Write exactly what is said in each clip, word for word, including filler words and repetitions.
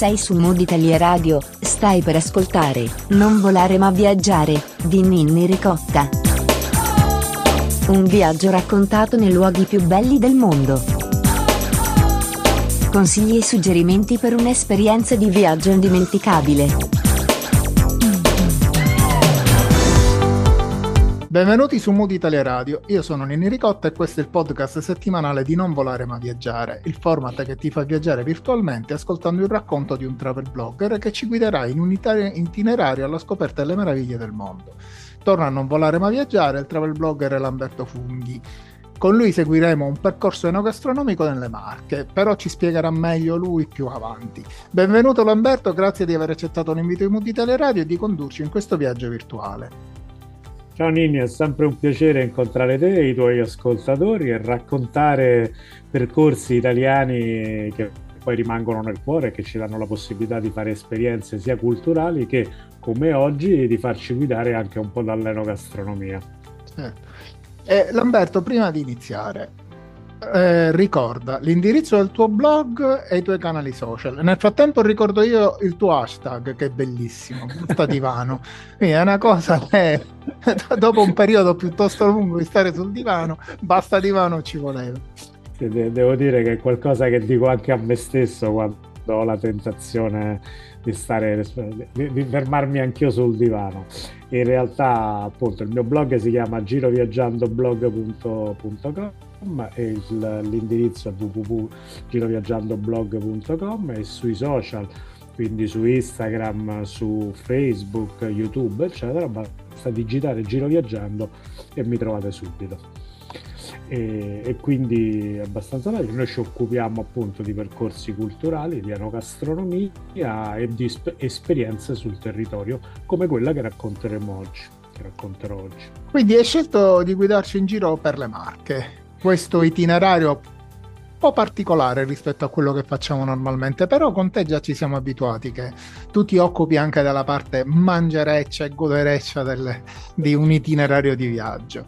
Sei su Mood Italia Radio, stai per ascoltare Non volare ma viaggiare, di Ninni Ricotta. Un viaggio raccontato nei luoghi più belli del mondo. Consigli e suggerimenti per un'esperienza di viaggio indimenticabile. Benvenuti su Mood Italia Radio, io sono Ninni Ricotta e questo è il podcast settimanale di Non volare ma viaggiare, il format che ti fa viaggiare virtualmente ascoltando il racconto di un travel blogger che ci guiderà in un itinerario alla scoperta delle meraviglie del mondo. Torna a Non volare ma viaggiare il travel blogger Lamberto Funghi. Con lui seguiremo un percorso enogastronomico nelle Marche, però ci spiegherà meglio lui più avanti. Benvenuto Lamberto, grazie di aver accettato l'invito di Mood Italia Radio e di condurci in questo viaggio virtuale. Ciao Ninni, è sempre un piacere incontrare te e i tuoi ascoltatori e raccontare percorsi italiani che poi rimangono nel cuore e che ci danno la possibilità di fare esperienze sia culturali che, come oggi, di farci guidare anche un po' dall'enogastronomia. Eh. Eh, Lamberto, prima di iniziare, eh, ricorda l'indirizzo del tuo blog e i tuoi canali social. Nel frattempo ricordo io il tuo hashtag, che è bellissimo, Basta Divano. Quindi è una cosa che dopo un periodo piuttosto lungo di stare sul divano, Basta Divano ci voleva. Sì, de- devo dire che è qualcosa che dico anche a me stesso quando ho la tentazione di stare di, di fermarmi anch'io sul divano. In realtà, appunto, il mio blog si chiama giroviaggiandoblog punto com e il, l'indirizzo è w w w punto giroviaggiandoblog punto com e sui social, quindi su Instagram, su Facebook, YouTube, eccetera, basta digitare Giro Viaggiando e mi trovate subito. E, e quindi è abbastanza bello. Noi ci occupiamo appunto di percorsi culturali, di enogastronomia e di sp- esperienze sul territorio come quella che racconteremo oggi, che racconterò oggi. Quindi hai scelto di guidarci in giro per le Marche, questo itinerario un po' particolare rispetto a quello che facciamo normalmente, però con te già ci siamo abituati che tu ti occupi anche della parte mangereccia e godereccia del, di un itinerario di viaggio.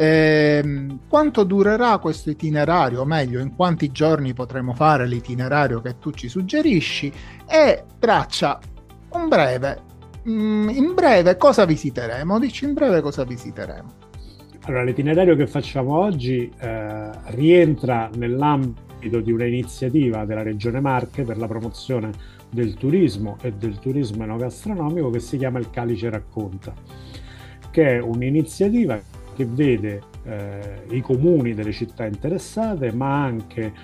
Eh, quanto durerà questo itinerario, o meglio, in quanti giorni potremo fare l'itinerario che tu ci suggerisci, e traccia un breve, mm, in breve cosa visiteremo, dici in breve cosa visiteremo. Allora, l'itinerario che facciamo oggi eh, rientra nell'ambito di un'iniziativa della Regione Marche per la promozione del turismo e del turismo enogastronomico che si chiama Il Calice Racconta, che è un'iniziativa che vede eh, i comuni delle città interessate, ma anche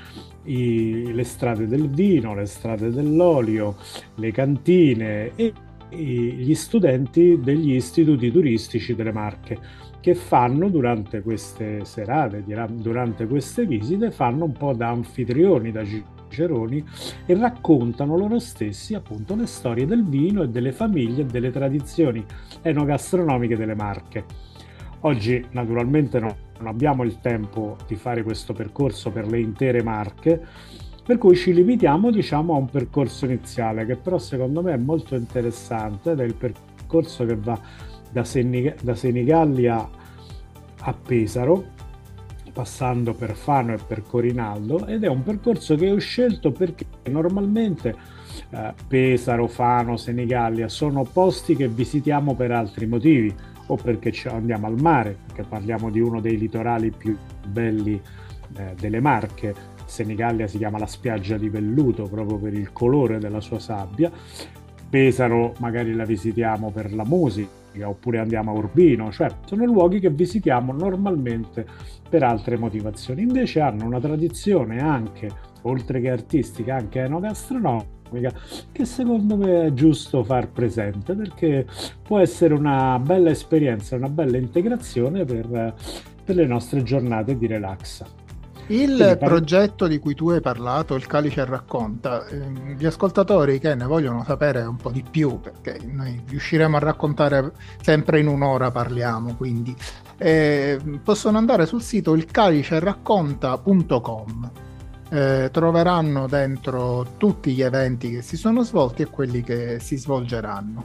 i, le strade del vino, le strade dell'olio, le cantine e i, gli studenti degli istituti turistici delle Marche, che fanno durante queste serate, durante queste visite, fanno un po' da anfitrioni, da ciceroni e raccontano loro stessi appunto le storie del vino e delle famiglie e delle tradizioni enogastronomiche delle Marche. Oggi naturalmente no, non abbiamo il tempo di fare questo percorso per le intere Marche, per cui ci limitiamo, diciamo, a un percorso iniziale che però secondo me è molto interessante ed è il percorso che va da, Senig- da Senigallia a Pesaro, passando per Fano e per Corinaldo, ed è un percorso che ho scelto perché normalmente eh, Pesaro, Fano, Senigallia sono posti che visitiamo per altri motivi, o perché andiamo al mare, perché parliamo di uno dei litorali più belli eh, delle Marche. Senigallia si chiama la spiaggia di velluto proprio per il colore della sua sabbia. Pesaro magari la visitiamo per la musica, oppure andiamo a Urbino, cioè sono luoghi che visitiamo normalmente per altre motivazioni. Invece hanno una tradizione anche, oltre che artistica, anche enogastronomica, che secondo me è giusto far presente, perché può essere una bella esperienza, una bella integrazione per, per le nostre giornate di relax. Il Quindi, progetto di cui tu hai parlato, il Calice Racconta, eh, gli ascoltatori che ne vogliono sapere un po' di più, perché noi riusciremo a raccontare sempre in un'ora, parliamo, quindi eh, possono andare sul sito il calice racconta punto com. Eh, troveranno dentro tutti gli eventi che si sono svolti e quelli che si svolgeranno.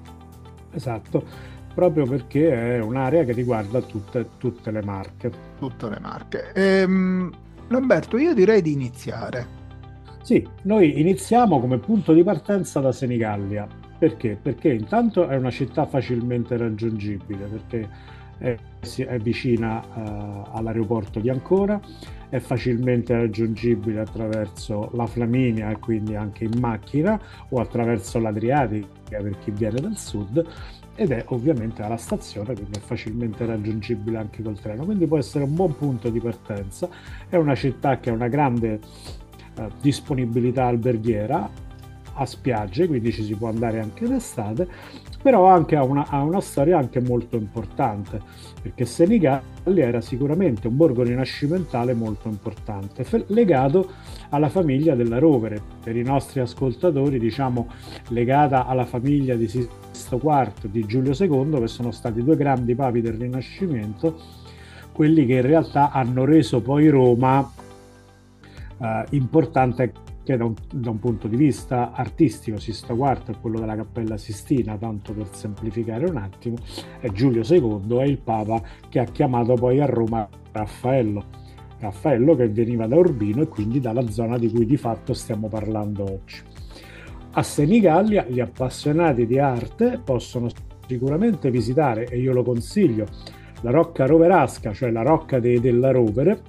Esatto, proprio perché è un'area che riguarda tutte, tutte le Marche. Tutte le Marche. Ehm, Lamberto, io direi di iniziare. Sì, noi iniziamo come punto di partenza da Senigallia. Perché? Perché intanto è una città facilmente raggiungibile, perché è, è vicina uh, all'aeroporto di Ancona, è facilmente raggiungibile attraverso la Flaminia e quindi anche in macchina o attraverso l'Adriatica per chi viene dal sud, ed è ovviamente alla stazione, quindi è facilmente raggiungibile anche col treno, quindi può essere un buon punto di partenza. È una città che ha una grande eh, disponibilità alberghiera, a spiagge, quindi ci si può andare anche d'estate, però anche ha una, ha una storia anche molto importante, perché Senigallia era sicuramente un borgo rinascimentale molto importante, fe- legato alla famiglia della Rovere. Per i nostri ascoltatori, diciamo, legata alla famiglia di Sisto quarto, di Giulio secondo, che sono stati due grandi papi del Rinascimento, quelli che in realtà hanno reso poi Roma eh, importante che da un, da un punto di vista artistico. Sisto quarto è quello della Cappella Sistina, tanto per semplificare un attimo, e Giulio secondo è il Papa che ha chiamato poi a Roma Raffaello. Raffaello che veniva da Urbino e quindi dalla zona di cui di fatto stiamo parlando oggi. A Senigallia gli appassionati di arte possono sicuramente visitare, e io lo consiglio, la Rocca Roverasca, cioè la Rocca dei, della Rovere,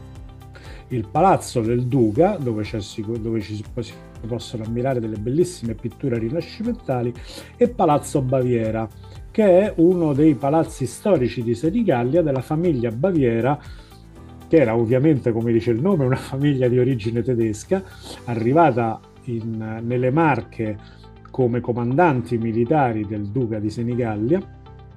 il Palazzo del Duca, dove, c'è, dove ci si possono ammirare delle bellissime pitture rinascimentali, e Palazzo Baviera, che è uno dei palazzi storici di Senigallia della famiglia Baviera, che era ovviamente, come dice il nome, una famiglia di origine tedesca, arrivata in, nelle Marche come comandanti militari del Duca di Senigallia,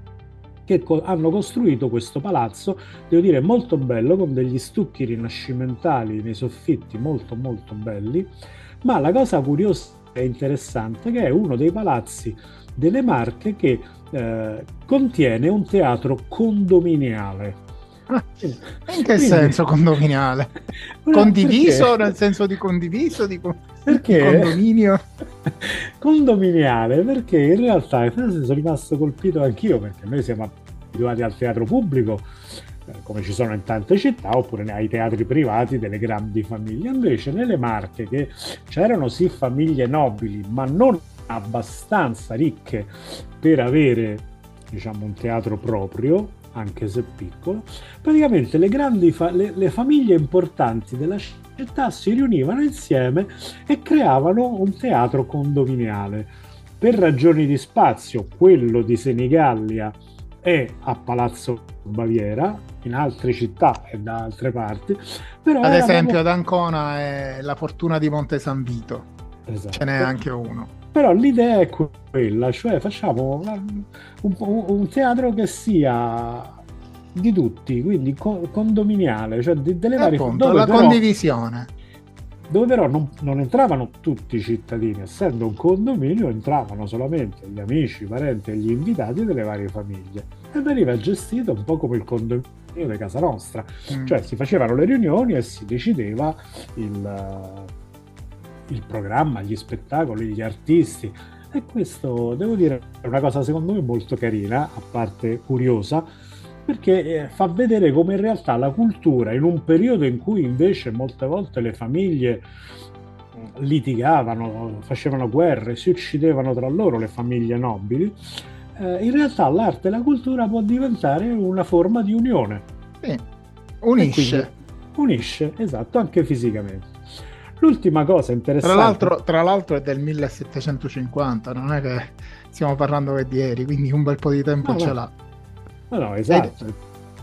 che co- hanno costruito questo palazzo, devo dire molto bello, con degli stucchi rinascimentali nei soffitti molto molto belli, ma la cosa curiosa e interessante è che è uno dei palazzi delle Marche che eh, contiene un teatro condominiale. Ah, in che Quindi, senso condominiale? Condiviso, perché? Nel senso di condiviso, di, con... perché? di condominio? Condominiale, perché in realtà sono rimasto colpito anch'io, perché noi siamo abituati al teatro pubblico, eh, come ci sono in tante città, oppure ai teatri privati delle grandi famiglie. Invece nelle Marche, che c'erano sì famiglie nobili, ma non abbastanza ricche per avere, diciamo, un teatro proprio, anche se piccolo, praticamente le grandi fa- le, le famiglie importanti della città si riunivano insieme e creavano un teatro condominiale. Per ragioni di spazio, quello di Senigallia è a Palazzo Baviera, in altre città e da altre parti, però ad esempio proprio... ad Ancona è la Fortuna di Monte San Vito, esatto. Ce n'è anche uno. Però l'idea è quella, cioè facciamo un, un, un teatro che sia di tutti, quindi co- condominiale, cioè di, delle varie appunto, la però, condivisione. Dove però non, non entravano tutti i cittadini, essendo un condominio entravano solamente gli amici, i parenti e gli invitati delle varie famiglie, e veniva gestito un po' come il condominio di casa nostra, mm. cioè si facevano le riunioni e si decideva il... il programma, gli spettacoli, gli artisti, e questo devo dire è una cosa secondo me molto carina, a parte curiosa, perché fa vedere come in realtà la cultura, in un periodo in cui invece molte volte le famiglie litigavano, facevano guerre, si uccidevano tra loro, le famiglie nobili, eh, in realtà l'arte e la cultura può diventare una forma di unione. Sì, unisce. Unisce, esatto, anche fisicamente. L'ultima cosa interessante... Tra l'altro, tra l'altro è del millesettecentocinquanta, non è che stiamo parlando che di ieri, quindi un bel po' di tempo no, ce no. l'ha. No, no, esatto. Ed...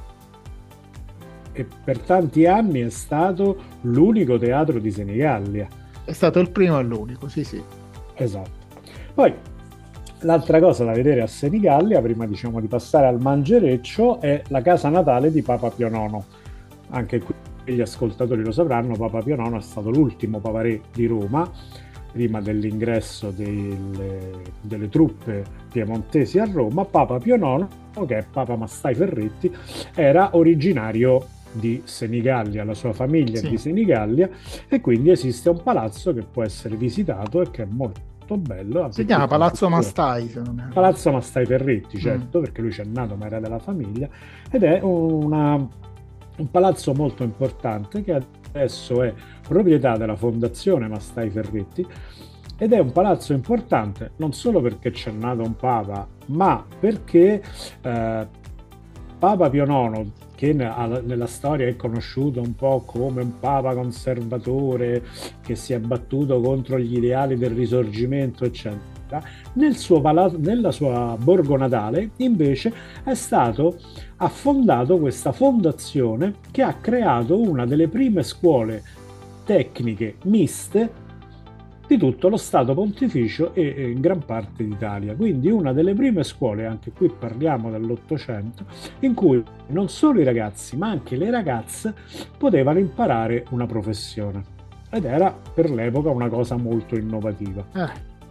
E per tanti anni è stato l'unico teatro di Senigallia. È stato il primo e l'unico, sì sì. Esatto. Poi, l'altra cosa da vedere a Senigallia, prima diciamo di passare al mangereccio, è la casa natale di Papa Pio nono. Anche qui gli ascoltatori lo sapranno, Papa Pio nono è stato l'ultimo Papa Re di Roma, prima dell'ingresso delle, delle truppe piemontesi a Roma. Papa Pio nono, che è Papa Mastai Ferretti, era originario di Senigallia, la sua famiglia sì. è di Senigallia, e quindi esiste un palazzo che può essere visitato e che è molto bello. Si chiama Palazzo Mastai, se non è... Palazzo Mastai Ferretti, certo, mm. perché lui c'è nato ma era della famiglia, ed è una... un palazzo molto importante che ad adesso è proprietà della Fondazione Mastai Ferretti, ed è un palazzo importante non solo perché c'è nato un papa, ma perché eh, Papa Pio nono, che nella storia è conosciuto un po' come un papa conservatore che si è battuto contro gli ideali del Risorgimento, eccetera, nel suo palazzo, nella sua borgo natale invece è stato ha fondato questa fondazione che ha creato una delle prime scuole tecniche miste di tutto lo Stato Pontificio e in gran parte d'Italia. Quindi una delle prime scuole, anche qui parliamo dell'Ottocento, in cui non solo i ragazzi ma anche le ragazze potevano imparare una professione, ed era per l'epoca una cosa molto innovativa. Eh.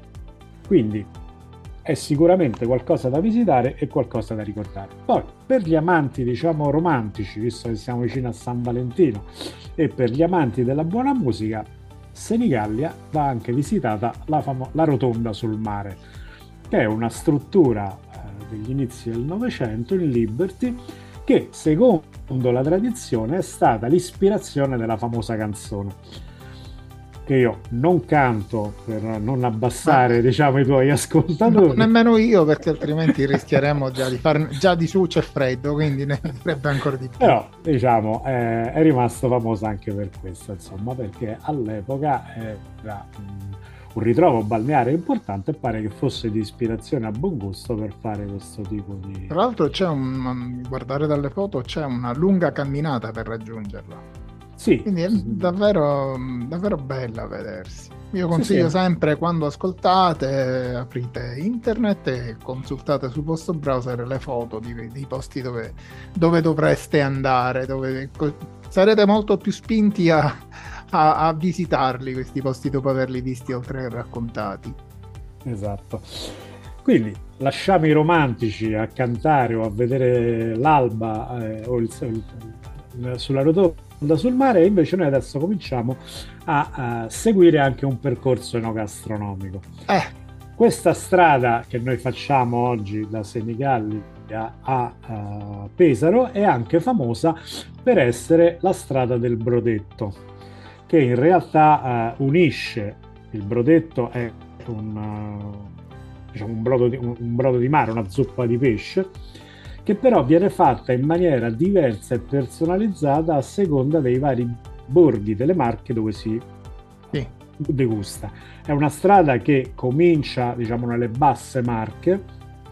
Quindi è sicuramente qualcosa da visitare e qualcosa da ricordare. Poi per gli amanti, diciamo, romantici, visto che siamo vicino a San Valentino, e per gli amanti della buona musica, Senigallia va anche visitata la, famo- la Rotonda sul Mare, che è una struttura eh, degli inizi del Novecento in Liberty, che secondo la tradizione è stata l'ispirazione della famosa canzone, che io non canto per non abbassare, ma, diciamo, i tuoi ascoltatori. No, nemmeno io, perché altrimenti rischieremmo già di far già di su c'è freddo, quindi ne sarebbe ancora di più. Però diciamo eh, è rimasto famoso anche per questo, insomma, perché all'epoca era um, un ritrovo balneare importante e pare che fosse di ispirazione a buon gusto per fare questo tipo di... Tra l'altro c'è un, guardare dalle foto, c'è una lunga camminata per raggiungerla. Sì. Quindi è davvero, davvero bella a vedersi. Io consiglio sì, sì. sempre, quando ascoltate, aprite internet e consultate sul vostro browser le foto di, dei posti dove, dove dovreste andare, dove sarete molto più spinti a, a, a visitarli questi posti dopo averli visti oltre che raccontati. Esatto. Quindi lasciamo i romantici a cantare o a vedere l'alba eh, o il, il, sulla rotonda sul mare, e invece noi adesso cominciamo a, a seguire anche un percorso enogastronomico. Eh. Questa strada che noi facciamo oggi da Senigallia a, a Pesaro è anche famosa per essere la strada del Brodetto, che in realtà uh, unisce, il Brodetto è un, uh, diciamo un, brodo di, un, un brodo di mare, una zuppa di pesce, che però viene fatta in maniera diversa e personalizzata a seconda dei vari borghi delle Marche dove si sì. degusta. È una strada che comincia, diciamo, nelle basse Marche,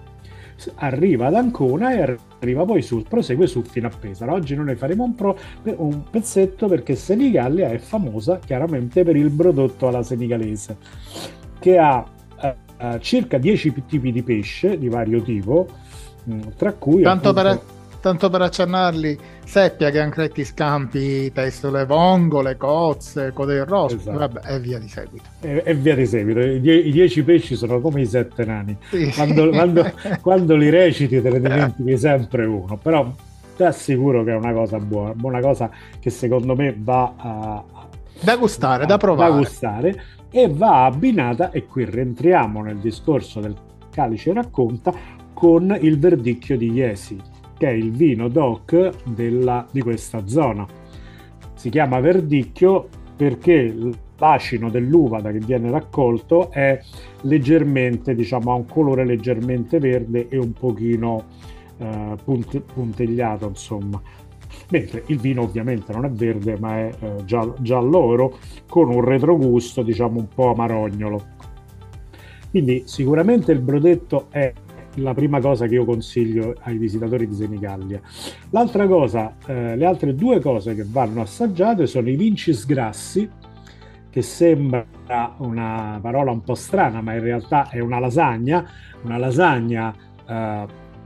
arriva ad Ancona e arriva poi su, prosegue su fino a Pesaro. Oggi noi ne faremo un, pro, un pezzetto perché Senigallia è famosa chiaramente per il brodotto alla senigalese, che ha eh, circa dieci tipi di pesce di vario tipo, tra cui tanto, appunto... per, tanto per accennarli, seppia che anche ti scampi testole vongole, cozze, code del rosso, esatto. Vabbè, e via di seguito e, e via di seguito i, die, i dieci pesci sono come i sette nani, sì. quando, quando, quando li reciti te ne dimentichi sempre uno, però ti assicuro che è una cosa buona, una cosa che secondo me va a, da gustare, a, da provare da gustare, e va abbinata, e qui rientriamo nel discorso del Calice Racconta, con il Verdicchio di Jesi, che è il vino DOC della, di questa zona. Si chiama Verdicchio perché l'acino dell'uva da che viene raccolto è leggermente, diciamo, ha un colore leggermente verde e un pochino eh, punt- puntegliato, insomma. Mentre il vino ovviamente non è verde, ma è eh, giallo, giallo-oro, con un retrogusto, diciamo, un po' amarognolo. Quindi sicuramente il Brodetto è la prima cosa che io consiglio ai visitatori di Senigallia. L'altra cosa, eh, le altre due cose che vanno assaggiate sono i vincis grassi, che sembra una parola un po' strana, ma in realtà è una lasagna, una lasagna eh,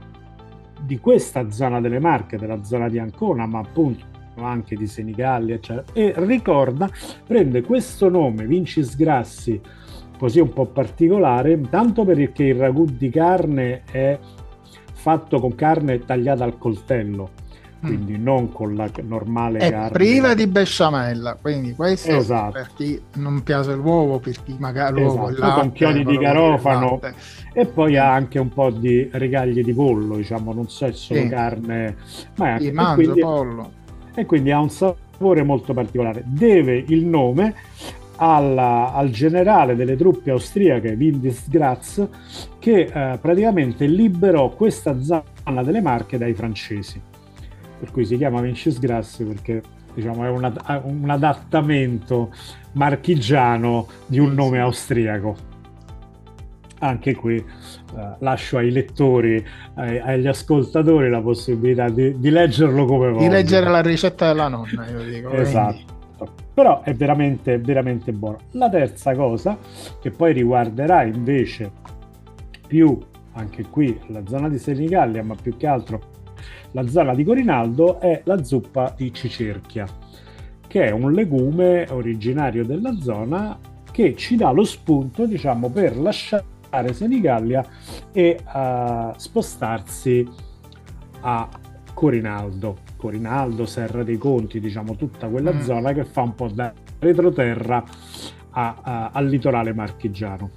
di questa zona delle Marche, della zona di Ancona, ma appunto anche di Senigallia, eccetera. E ricorda, prende questo nome, vincis grassi, così un po' particolare, tanto perché il ragù di carne è fatto con carne tagliata al coltello, quindi mm. non con la normale è carne. È priva di besciamella, quindi questo esatto. Per chi non piace l'uovo, per chi magari l'uovo, esatto. il latte, con chiodi di garofano, e poi ha anche un po' di rigagli di pollo, diciamo, non so, è solo sì. carne, ma è anche, sì, mangio quindi, pollo. E quindi ha un sapore sapore molto particolare. Deve il nome alla, al generale delle truppe austriache Windesgratz, che eh, praticamente liberò questa zona delle Marche dai francesi, per cui si chiama Windesgratz perché diciamo è un, un adattamento marchigiano di un nome austriaco. Anche qui eh, lascio ai lettori, ai, agli ascoltatori la possibilità di, di leggerlo come vogliono. Di leggere la ricetta della nonna, io dico. Esatto. Quindi. Però è veramente, veramente buono. La terza cosa, che poi riguarderà invece più, anche qui, la zona di Senigallia, ma più che altro la zona di Corinaldo, è la zuppa di cicerchia, che è un legume originario della zona che ci dà lo spunto, diciamo, per lasciare Senigallia e uh, spostarsi a Corinaldo. Corinaldo, Serra dei Conti, diciamo tutta quella mm. zona che fa un po' da retroterra a, a, al litorale marchigiano.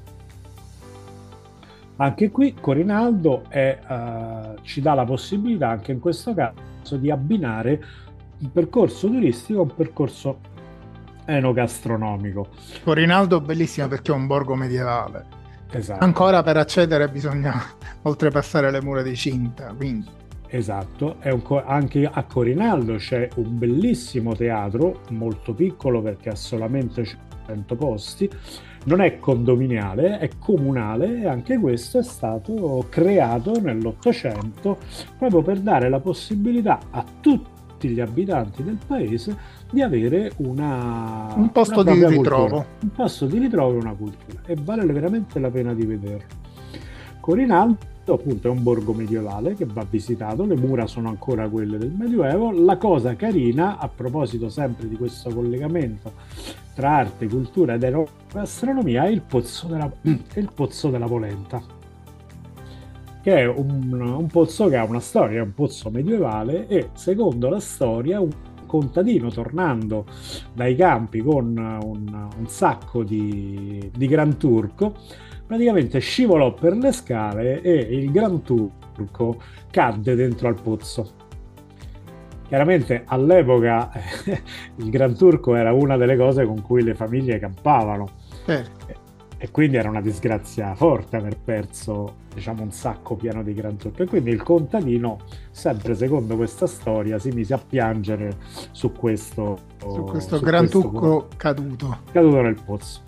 Anche qui Corinaldo è, uh, ci dà la possibilità, anche in questo caso, di abbinare un percorso turistico a un percorso enogastronomico. Corinaldo bellissima perché è un borgo medievale. Esatto. Ancora per accedere bisogna oltrepassare le mura di cinta, quindi. Esatto, è un co- anche a Corinaldo c'è un bellissimo teatro, molto piccolo perché ha solamente cento posti, non è condominiale, è comunale, e anche questo è stato creato nell'Ottocento proprio per dare la possibilità a tutti gli abitanti del paese di avere una un posto una di cultura, ritrovo, un posto di ritrovo e una cultura, e vale veramente la pena di vederlo. Corinaldo appunto è un borgo medievale che va visitato, le mura sono ancora quelle del Medioevo. La cosa carina, a proposito sempre di questo collegamento tra arte, cultura ed enogastronomia, è il pozzo della, è il pozzo della Polenta, che è un, un pozzo che ha una storia, è un pozzo medievale, e secondo la storia un contadino, tornando dai campi con un, un sacco di, di Gran Turco, praticamente scivolò per le scale e il Gran Turco cadde dentro al pozzo. Chiaramente all'epoca il Gran Turco era una delle cose con cui le famiglie campavano, eh. e quindi era una disgrazia forte aver perso, diciamo, un sacco pieno di Gran Turco, e quindi il contadino, sempre secondo questa storia, si mise a piangere su questo, su questo su Gran questo Turco caduto caduto nel pozzo.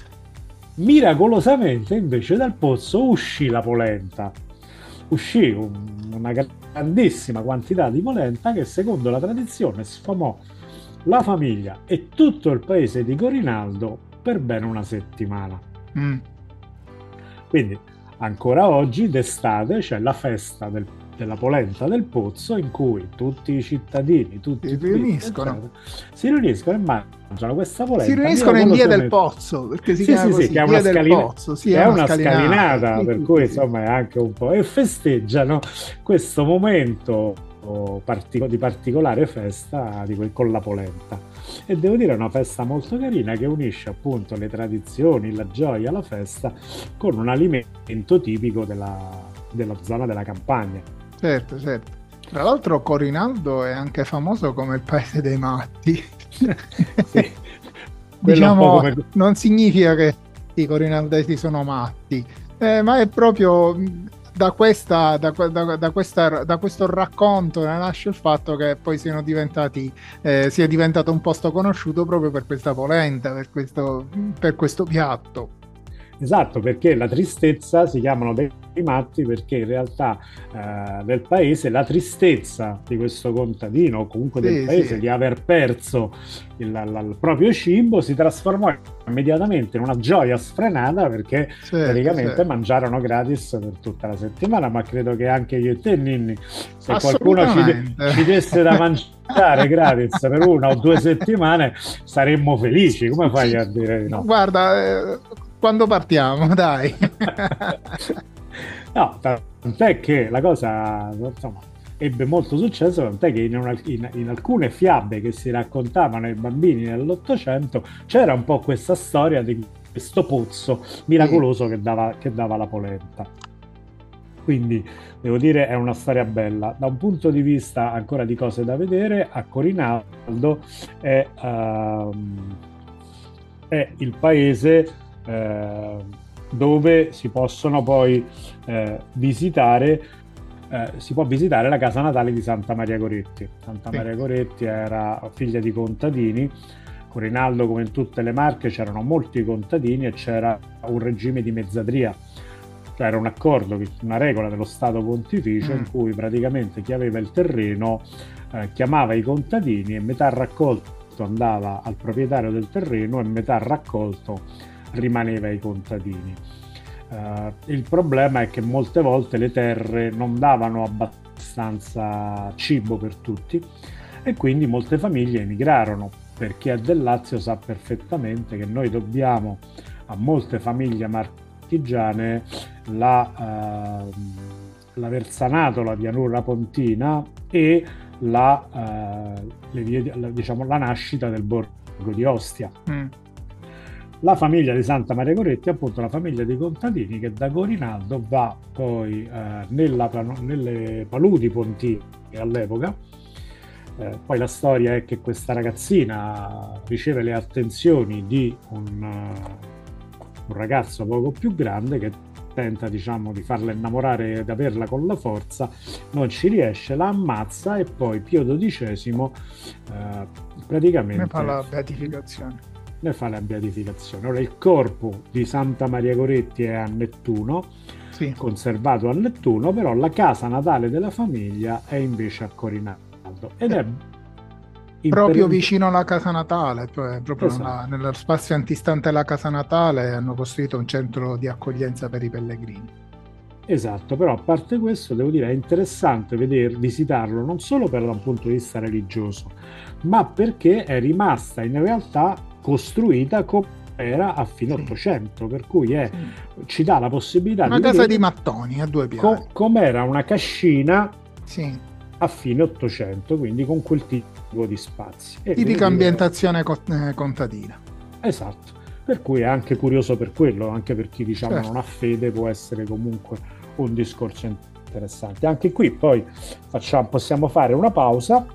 Miracolosamente invece dal pozzo uscì la polenta, uscì un, una grandissima quantità di polenta che secondo la tradizione sfamò la famiglia e tutto il paese di Corinaldo per ben una settimana. Mm. Quindi ancora oggi d'estate c'è la festa del, della polenta del pozzo, in cui tutti i cittadini, tutti si riuniscono, eccetera, si riuniscono e mangiano questa polenta. Si riuniscono in via del pozzo, perché si sì, chiama sì, così, sì, che è via una, del scalina- pozzo, sì, che è è una una scalinata, scalinata, sì, per sì, cui sì. insomma è anche un po', e festeggiano questo momento partic- di particolare festa di quel, con la polenta. E devo dire è una festa molto carina che unisce appunto le tradizioni, la gioia, la festa con un alimento tipico della, della zona della campagna. Certo, certo. Tra l'altro Corinaldo è anche famoso come il paese dei matti. Sì. Diciamo, come... non significa che i corinaldesi sono matti, eh, ma è proprio da, questa, da, da, da, questa, da questo racconto nasce il fatto che poi siano diventati, eh, sia diventato un posto conosciuto proprio per questa polenta, per questo, per questo piatto. Esatto, perché la tristezza si chiamano dei matti perché in realtà eh, nel paese la tristezza di questo contadino, o comunque sì, del paese, sì, di aver perso il, il, il proprio cibo si trasformò immediatamente in una gioia sfrenata, perché certo, praticamente certo. mangiarono gratis per tutta la settimana. Ma credo che anche io e te, Ninni, se qualcuno ci, ci desse da mangiare gratis per una o due settimane saremmo felici. Come fai sì. a dire no? Guarda, eh, quando partiamo, dai. No, tant'è che la cosa, insomma, ebbe molto successo, tant'è che in, in, in alcune fiabe che si raccontavano ai bambini nell'Ottocento c'era un po' questa storia di questo pozzo miracoloso sì. che dava, che dava la polenta. Quindi devo dire è una storia bella. Da un punto di vista ancora di cose da vedere, a Corinaldo è, ehm, è il paese eh, dove si possono poi eh, visitare, eh, si può visitare la casa natale di Santa Maria Goretti. Santa Sì. Maria Goretti era figlia di contadini. Corinaldo, come in tutte le Marche, c'erano molti contadini e c'era un regime di mezzadria. Cioè era un accordo, una regola dello Stato Pontificio mm. in cui praticamente chi aveva il terreno eh, chiamava i contadini e metà raccolto andava al proprietario del terreno e metà raccolto rimaneva ai contadini. Uh, il problema è che molte volte le terre non davano abbastanza cibo per tutti e quindi molte famiglie emigrarono. Per chi è del Lazio sa perfettamente che noi dobbiamo a molte famiglie marchigiane la, uh, l'aversanato, la pianura pontina e la, uh, le vie, la, diciamo, la nascita del borgo di Ostia. Mm. La famiglia di Santa Maria Goretti è appunto la famiglia di contadini che da Corinaldo va poi eh, nella, nelle paludi pontine all'epoca. Eh, poi la storia è che questa ragazzina riceve le attenzioni di un, uh, un ragazzo poco più grande che tenta, diciamo, di farla innamorare ed averla con la forza, non ci riesce, la ammazza e poi Pio dodicesimo eh, praticamente ne fa la beatificazione. ne fa la beatificazione. Ora il corpo di Santa Maria Goretti è a Nettuno, sì. conservato a Nettuno, però la casa natale della famiglia è invece a Corinaldo ed è proprio vicino alla casa natale, cioè proprio esatto. nella, nello spazio antistante alla casa natale hanno costruito un centro di accoglienza per i pellegrini. Esatto, però a parte questo devo dire è interessante vedere, visitarlo non solo per un punto di vista religioso, ma perché è rimasta in realtà costruita come era a fine Ottocento, sì. per cui è, sì. ci dà la possibilità una di casa vedere di mattoni a due piani, co- com'era una cascina sì. a fine Ottocento, quindi con quel tipo di spazi. E tipica ambientazione dire... contadina. Esatto, per cui è anche curioso per quello, anche per chi diciamo certo. non ha fede può essere comunque un discorso interessante. Anche qui poi facciamo, possiamo fare una pausa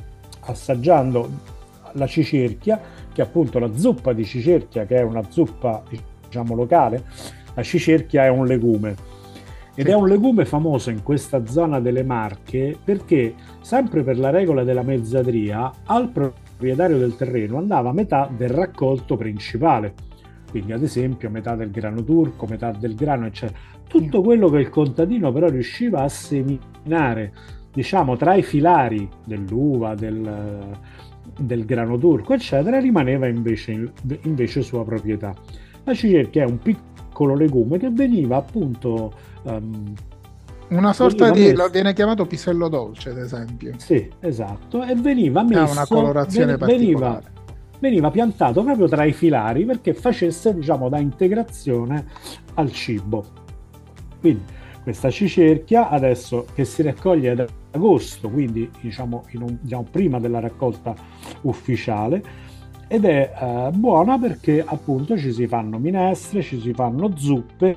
assaggiando la cicerchia, che è appunto la zuppa di cicerchia, che è una zuppa diciamo locale. La cicerchia è un legume ed sì. è un legume famoso in questa zona delle Marche perché sempre per la regola della mezzadria al proprietario del terreno andava metà del raccolto principale, quindi ad esempio metà del grano turco, metà del grano eccetera, tutto quello che il contadino però riusciva a seminare diciamo tra i filari dell'uva, del, del grano turco eccetera, rimaneva invece, invece sua proprietà. La cicerchia è un piccolo legume che veniva appunto um, una sorta di messo... viene chiamato pisello dolce ad esempio, sì esatto, e veniva messo ha una colorazione ven- veniva, particolare veniva piantato proprio tra i filari perché facesse diciamo da integrazione al cibo. Quindi questa cicerchia adesso che si raccoglie ad agosto, quindi diciamo, in un, diciamo prima della raccolta ufficiale, ed è eh, buona perché appunto ci si fanno minestre, ci si fanno zuppe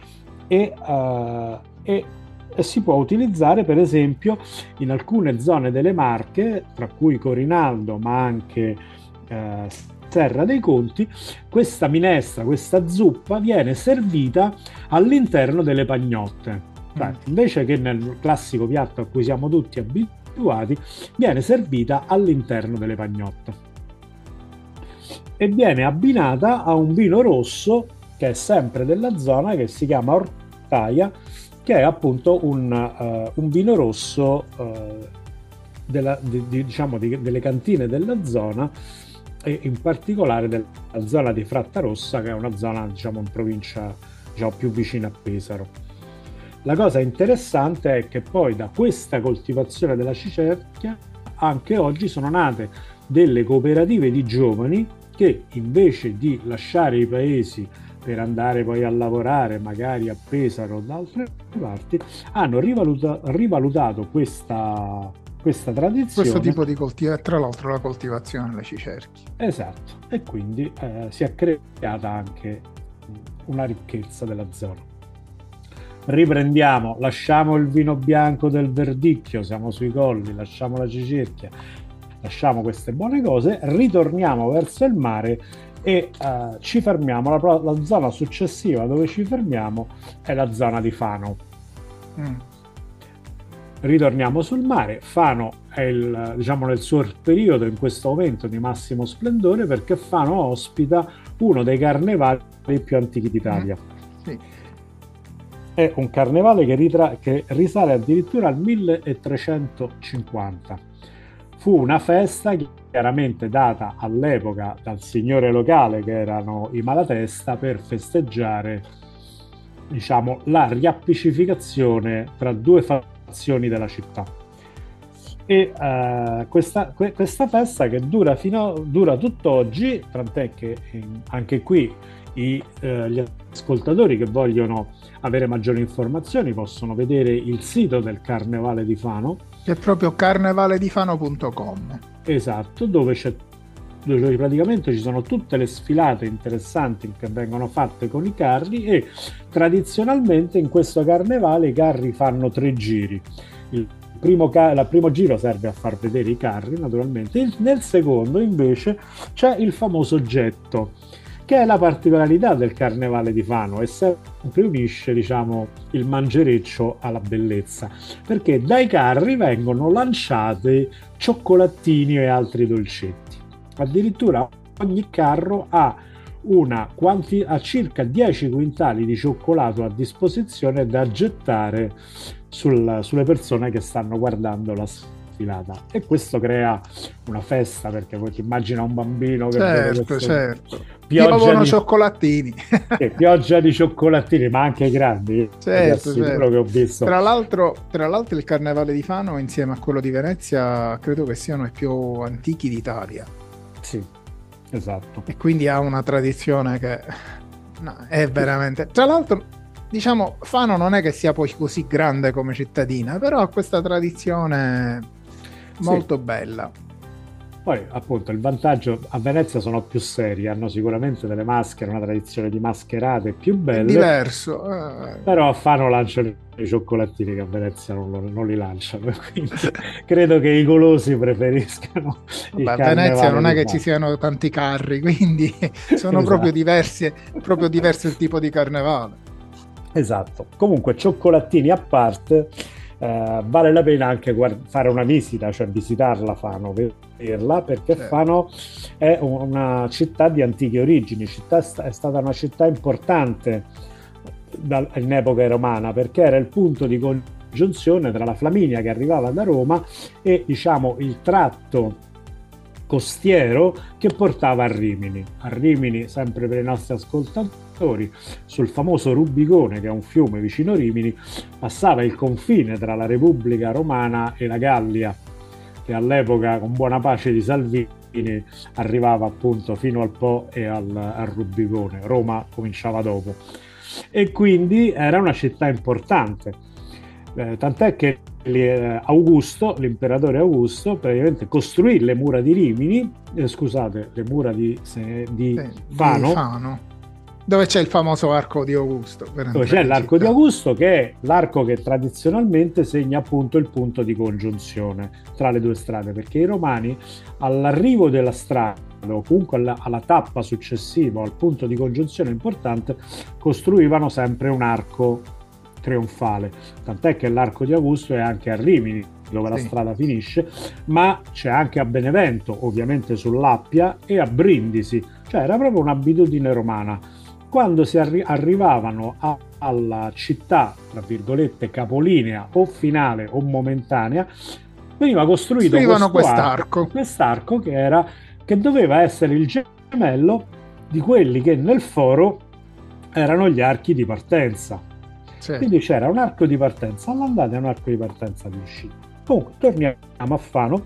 e, eh, e, e si può utilizzare per esempio in alcune zone delle Marche, tra cui Corinaldo ma anche eh, Serra dei Conti. Questa minestra, questa zuppa viene servita all'interno delle pagnotte, cioè mm. invece che nel classico piatto a cui siamo tutti abituati, viene servita all'interno delle pagnotte e viene abbinata a un vino rosso che è sempre della zona, che si chiama Ortaia, che è appunto un, uh, un vino rosso uh, della, di, di, diciamo di, delle cantine della zona, e in particolare della zona di Frattarossa, che è una zona diciamo in provincia diciamo, più vicina a Pesaro. La cosa interessante è che poi da questa coltivazione della cicerchia anche oggi sono nate delle cooperative di giovani che invece di lasciare i paesi per andare poi a lavorare magari a Pesaro o da altre parti hanno rivaluta- rivalutato questa questa tradizione, questo tipo di coltivazione, tra l'altro la coltivazione delle cicerchie. Esatto, e quindi eh, si è creata anche una ricchezza della zona. riprendiamo, lasciamo il vino bianco del Verdicchio, siamo sui colli, lasciamo la cicerchia, lasciamo queste buone cose, ritorniamo verso il mare e uh, ci fermiamo. La, la zona successiva dove ci fermiamo è la zona di Fano. Mm. Ritorniamo sul mare. Fano è il, diciamo, nel suo periodo in questo momento di massimo splendore, perché Fano ospita uno dei carnevali più antichi d'Italia. Mm. Sì. È un carnevale che, ritra- che risale addirittura al milletrecentocinquanta. Fu una festa chiaramente data all'epoca dal signore locale, che erano i Malatesta, per festeggiare, diciamo, la riappacificazione tra due fazioni della città. E uh, questa, que- questa festa che dura fino dura tutt'oggi, tant'è che eh, anche qui i, eh, gli ascoltatori che vogliono avere maggiori informazioni possono vedere il sito del Carnevale di Fano, che è proprio carnevale di fano punto com. Esatto, dove c'è dove praticamente ci sono tutte le sfilate interessanti che vengono fatte con i carri, e tradizionalmente in questo carnevale i carri fanno tre giri. Il primo, ca- il primo giro serve a far vedere i carri, naturalmente. Il, nel secondo invece c'è il famoso getto, che è la particolarità del Carnevale di Fano, e sempre unisce, diciamo, il mangereccio alla bellezza, perché dai carri vengono lanciati cioccolatini e altri dolcetti. Addirittura ogni carro ha una quanti- ha circa dieci quintali di cioccolato a disposizione da gettare sul, sulle persone che stanno guardando la sfilata, e questo crea una festa, perché poi ti immagina un bambino che certo, vede certo. pioggia di cioccolatini eh, pioggia di cioccolatini, ma anche grandi, certo, certo. Che ho visto. Tra l'altro, tra l'altro il Carnevale di Fano, insieme a quello di Venezia, credo che siano i più antichi d'Italia. Sì, esatto. E quindi ha una tradizione che no, è veramente... Tra l'altro, diciamo, Fano non è che sia poi così grande come cittadina, però ha questa tradizione molto sì. bella. Poi appunto il vantaggio, a Venezia sono più seri, hanno sicuramente delle maschere, una tradizione di mascherate più belle. È diverso. Eh. Però a Fano lanciano i cioccolatini che a Venezia non, lo, non li lanciano, quindi credo che i golosi preferiscano il Beh, a Venezia non è che ci siano tanti carri, quindi sono esatto. proprio diversi, proprio diverso il tipo di carnevale. Esatto. Comunque cioccolatini a parte, Uh, vale la pena anche guard- fare una visita, cioè visitarla Fano, vederla, perché certo. Fano è una città di antiche origini, città st- è stata una città importante da- in epoca romana, perché era il punto di congiunzione tra la Flaminia che arrivava da Roma e, diciamo, il tratto costiero che portava a Rimini. A Rimini, sempre per i nostri ascoltatori, sul famoso Rubicone, che è un fiume vicino Rimini, passava il confine tra la Repubblica Romana e la Gallia, che all'epoca, con buona pace di Salvini, arrivava appunto fino al Po e al, al Rubicone. Roma cominciava dopo. E quindi era una città importante. Eh, tant'è che eh, Augusto, l'imperatore Augusto, praticamente costruì le mura di Rimini, eh, scusate, le mura di, se, di, sì, Fano, di Fano, dove c'è il famoso arco di Augusto. Dove c'è l'arco di Augusto, che è l'arco che tradizionalmente segna appunto il punto di congiunzione tra le due strade, perché i romani all'arrivo della strada o comunque alla, alla tappa successiva, al punto di congiunzione importante, costruivano sempre un arco trionfale, tant'è che l'arco di Augusto è anche a Rimini, dove sì. la strada finisce, ma c'è anche a Benevento, ovviamente sull'Appia, e a Brindisi, cioè era proprio un'abitudine romana. Quando si arri- arrivavano a- alla città, tra virgolette, capolinea o finale o momentanea, veniva costruito questo quest'arco. Arco, quest'arco che era che doveva essere il gemello di quelli che nel foro erano gli archi di partenza. Sì. Quindi c'era un arco di partenza all'andata e un arco di partenza di uscita. Comunque torniamo a Fano,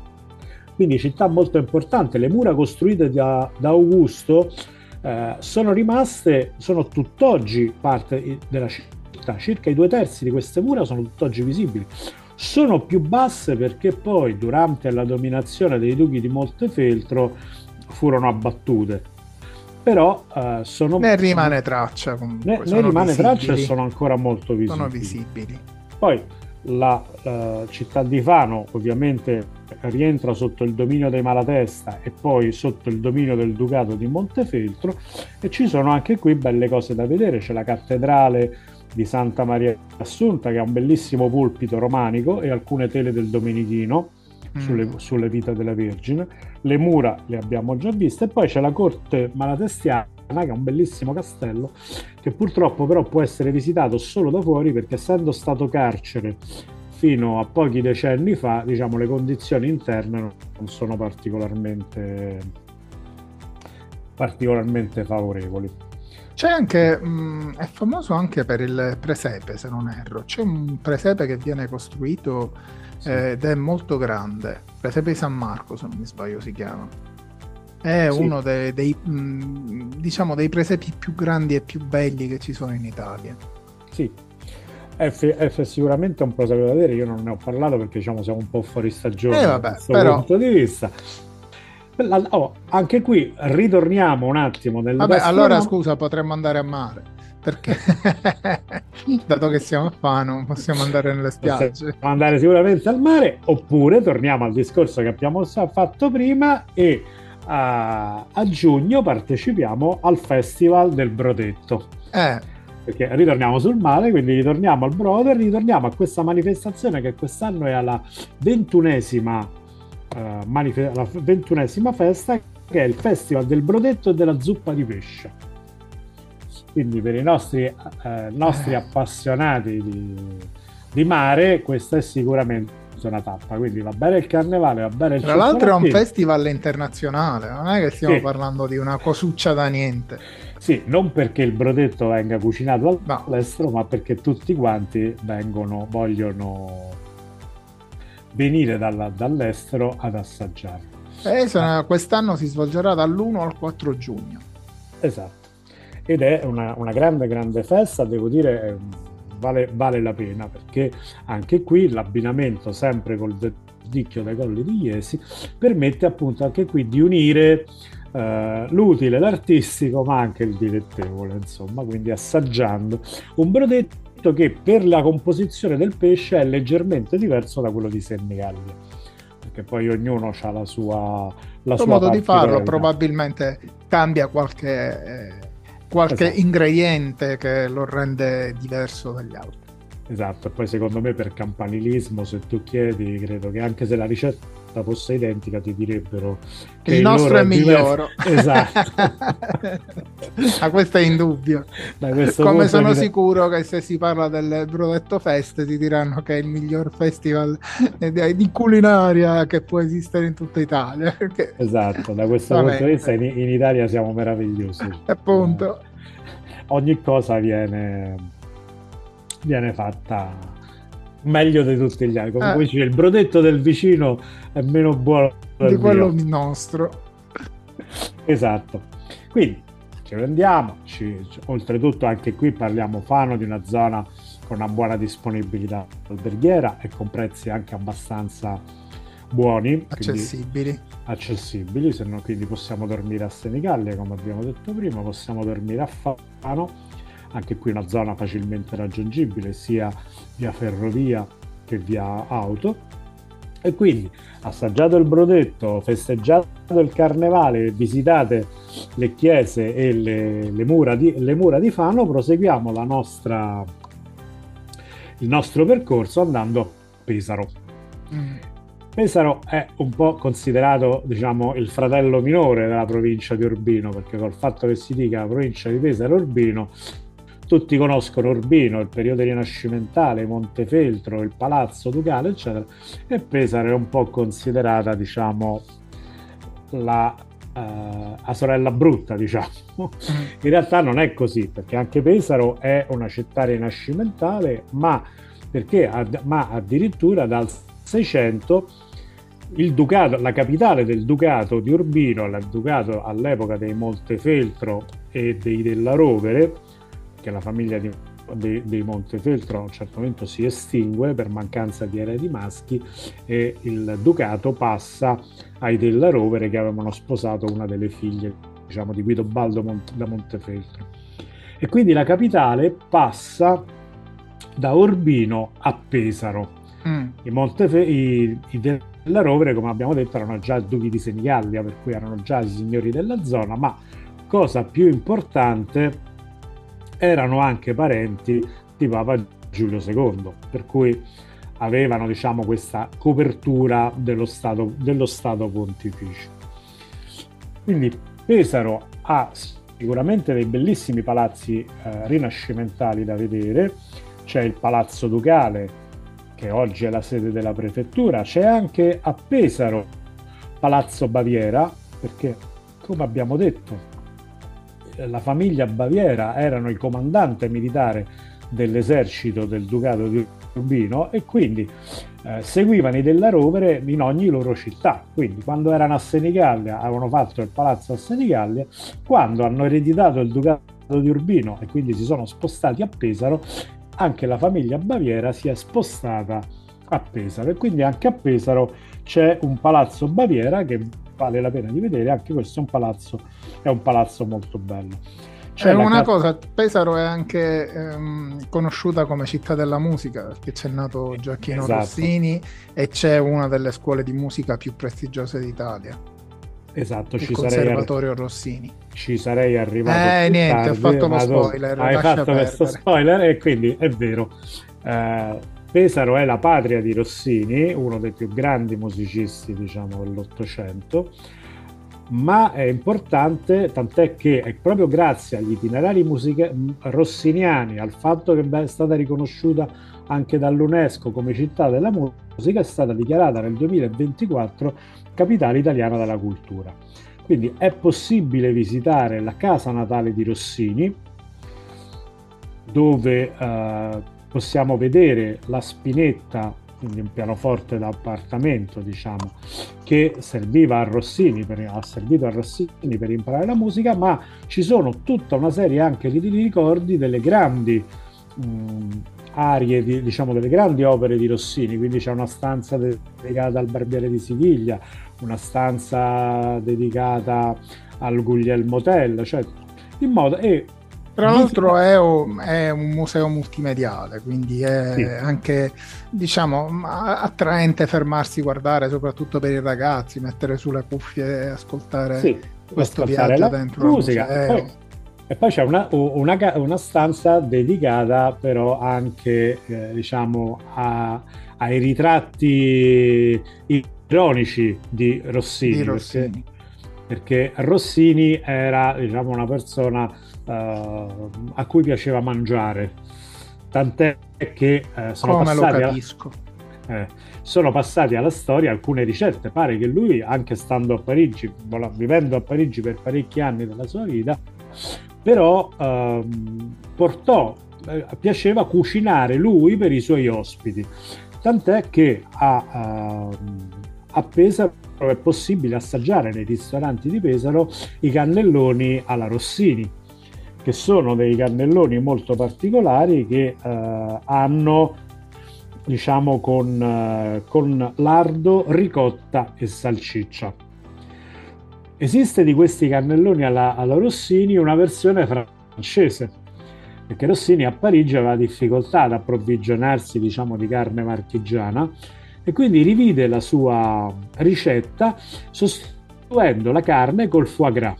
quindi città molto importante. Le mura costruite da, da Augusto eh, sono rimaste, sono tutt'oggi parte della città. Circa i due terzi di queste mura sono tutt'oggi visibili. Sono più basse perché poi durante la dominazione dei duchi di Montefeltro furono abbattute. però uh, sono... Ne rimane traccia comunque. Ne, ne rimane visibili. Traccia e sono ancora molto visibili. Sono visibili. Poi la uh, città di Fano ovviamente rientra sotto il dominio dei Malatesta e poi sotto il dominio del Ducato di Montefeltro, e ci sono anche qui belle cose da vedere. C'è la cattedrale di Santa Maria Assunta, che ha un bellissimo pulpito romanico e alcune tele del Domenichino mm. sulle, sulle vita della Vergine. Le mura le abbiamo già viste, e poi c'è la corte malatestiana, che è un bellissimo castello che purtroppo però può essere visitato solo da fuori, perché essendo stato carcere fino a pochi decenni fa, diciamo, le condizioni interne non sono particolarmente particolarmente favorevoli. C'è anche, mh, è famoso anche per il presepe, se non erro. C'è un presepe che viene costruito sì. eh, ed è molto grande, presepe di San Marco, se non mi sbaglio si chiama. È sì. uno dei, dei mh, diciamo dei presepi più grandi e più belli che ci sono in Italia. Sì, è, è sicuramente un presepe da vedere. Io non ne ho parlato perché diciamo siamo un po' fuori stagione eh, da vabbè, questo però... punto di vista. Oh, anche qui ritorniamo un attimo nel vabbè, allora scusa, potremmo andare a mare, perché dato che siamo a Fano possiamo andare nelle spiagge, possiamo andare sicuramente al mare, oppure torniamo al discorso che abbiamo fatto prima e a, a giugno partecipiamo al Festival del Brodetto, eh. perché ritorniamo sul mare, quindi ritorniamo al Brodo e ritorniamo a questa manifestazione che quest'anno è alla ventunesima Uh, manife- la ventunesima festa, che è il Festival del Brodetto e della zuppa di pesce. Quindi per i nostri, uh, nostri appassionati di, di mare questa è sicuramente una tappa, quindi va bene il carnevale, va bene il tra l'altro è un festival internazionale, non è che stiamo sì. parlando di una cosuccia da niente. Sì, non perché il brodetto venga cucinato all'estero, no. ma perché tutti quanti vengono, vogliono venire dalla, dall'estero ad assaggiare. Eh, sono, quest'anno si svolgerà dall'primo al quattro giugno. Esatto. Ed è una, una grande, grande festa, devo dire, vale, vale la pena, perché anche qui l'abbinamento, sempre col verdicchio dai Colli di Iesi, permette appunto anche qui di unire eh, l'utile, l'artistico, ma anche il dilettevole, insomma, quindi assaggiando un brodetto che per la composizione del pesce è leggermente diverso da quello di Senigallia, perché poi ognuno ha la sua la il suo sua modo di farlo, probabilmente cambia qualche eh, qualche esatto. ingrediente che lo rende diverso dagli altri. Esatto, e poi secondo me per campanilismo, se tu chiedi, credo che anche se la ricetta fosse identica ti direbbero che il, il nostro è migliore. Esatto. Ma questo è indubbio. Come sono di... sicuro che se si parla del Brodetto Fest ti diranno che è il miglior festival di culinaria che può esistere in tutta Italia. Perché... Esatto, da questo punto di vista in, in Italia siamo meravigliosi. Appunto. Eh, ogni cosa viene... viene fatta meglio di tutti gli altri, come eh. dice, il brodetto del vicino è meno buono di quello mio. nostro. Esatto, quindi ci rendiamo, ci, ci, oltretutto anche qui parliamo Fano di una zona con una buona disponibilità alberghiera e con prezzi anche abbastanza buoni, accessibili, accessibili, se no quindi possiamo dormire a Senigallia, come abbiamo detto prima, possiamo dormire a Fano. Anche qui una zona facilmente raggiungibile sia via ferrovia che via auto, e quindi assaggiato il brodetto, festeggiato il carnevale, visitate le chiese e le, le, mura, di, le mura di Fano, proseguiamo la nostra, il nostro percorso andando a Pesaro. Mm. Pesaro è un po' considerato, diciamo, il fratello minore della provincia di Urbino, perché col fatto che si dica la provincia di Pesaro e Urbino, tutti conoscono Urbino, il periodo rinascimentale, Montefeltro, il palazzo ducale, eccetera, e Pesaro è un po' considerata, diciamo, la, uh, la sorella brutta, diciamo. In realtà non è così, perché anche Pesaro è una città rinascimentale, ma, perché, ma addirittura dal Seicento il ducato, la capitale del ducato di Urbino, il ducato all'epoca dei Montefeltro e dei Della Rovere, che la famiglia di, dei, dei Montefeltro a un certo momento si estingue per mancanza di eredi maschi e il ducato passa ai Della Rovere, che avevano sposato una delle figlie diciamo, di Guidobaldo Mont- da Montefeltro. E quindi la capitale passa da Urbino a Pesaro. Mm. I, Montefe- i, i Della Rovere, come abbiamo detto, erano già duchi di Senigallia, per cui erano già i signori della zona, ma cosa più importante, erano anche parenti di Papa Giulio secondo, per cui avevano, diciamo, questa copertura dello Stato, dello Stato Pontificio. Quindi Pesaro ha sicuramente dei bellissimi palazzi eh, rinascimentali da vedere. C'è il Palazzo Ducale, che oggi è la sede della prefettura. C'è anche a Pesaro Palazzo Baviera, perché, come abbiamo detto, la famiglia Baviera erano il comandante militare dell'esercito del Ducato di Urbino e quindi eh, seguivano i Della Rovere in ogni loro città. Quindi quando erano a Senigallia avevano fatto il palazzo a Senigallia, quando hanno ereditato il Ducato di Urbino e quindi si sono spostati a Pesaro, anche la famiglia Baviera si è spostata a Pesaro, e quindi anche a Pesaro c'è un palazzo Baviera che vale la pena di vedere. Anche questo è un palazzo, è un palazzo molto bello. C'è una cosa, Pesaro è anche ehm, conosciuta come città della musica, perché c'è nato Gioacchino esatto. Rossini, e c'è una delle scuole di musica più prestigiose d'Italia. Esatto, il ci Conservatorio sarei, Rossini. Ci sarei arrivato. Eh, niente, tardi, ho fatto lo spoiler. Hai fatto perdere. questo spoiler, e quindi è vero. Eh, Pesaro è la patria di Rossini, uno dei più grandi musicisti, diciamo, dell'Ottocento. Ma è importante, tant'è che è proprio grazie agli itinerari musica- rossiniani, al fatto che è stata riconosciuta anche dall'UNESCO come città della musica, è stata dichiarata nel duemilaventiquattro capitale italiana della cultura. Quindi è possibile visitare la casa natale di Rossini, dove eh, possiamo vedere la spinetta, quindi un pianoforte da appartamento, diciamo, che serviva a Rossini per, ha servito a Rossini per imparare la musica, ma ci sono tutta una serie anche di ricordi delle grandi mh, arie, di, diciamo, delle grandi opere di Rossini. Quindi c'è una stanza dedicata al Barbiere di Siviglia, una stanza dedicata al Guglielmo Tell, cioè in modo... E tra l'altro è, è un museo multimediale, quindi è sì. anche, diciamo, attraente fermarsi, guardare, soprattutto per i ragazzi, mettere sulle cuffie e ascoltare sì, questo ascoltare viaggio la dentro musica. E poi, e poi c'è una, una, una stanza dedicata però anche, eh, diciamo, a, ai ritratti ironici di Rossini, di Rossini. Perché, perché Rossini era, diciamo, una persona Uh, a cui piaceva mangiare, tant'è che uh, sono Come passati lo capisco. Alla, eh, sono passati alla storia alcune ricette. Pare che lui, anche stando a Parigi, vivendo a Parigi per parecchi anni della sua vita, però uh, portò, eh, piaceva cucinare lui per i suoi ospiti, tant'è che a, uh, a Pesaro è possibile assaggiare nei ristoranti di Pesaro i cannelloni alla Rossini, che sono dei cannelloni molto particolari che eh, hanno, diciamo, con, eh, con lardo, ricotta e salsiccia. Esiste di questi cannelloni alla, alla Rossini una versione francese, perché Rossini a Parigi aveva difficoltà ad approvvigionarsi, diciamo, di carne marchigiana, e quindi rivide la sua ricetta sostituendo la carne col foie gras.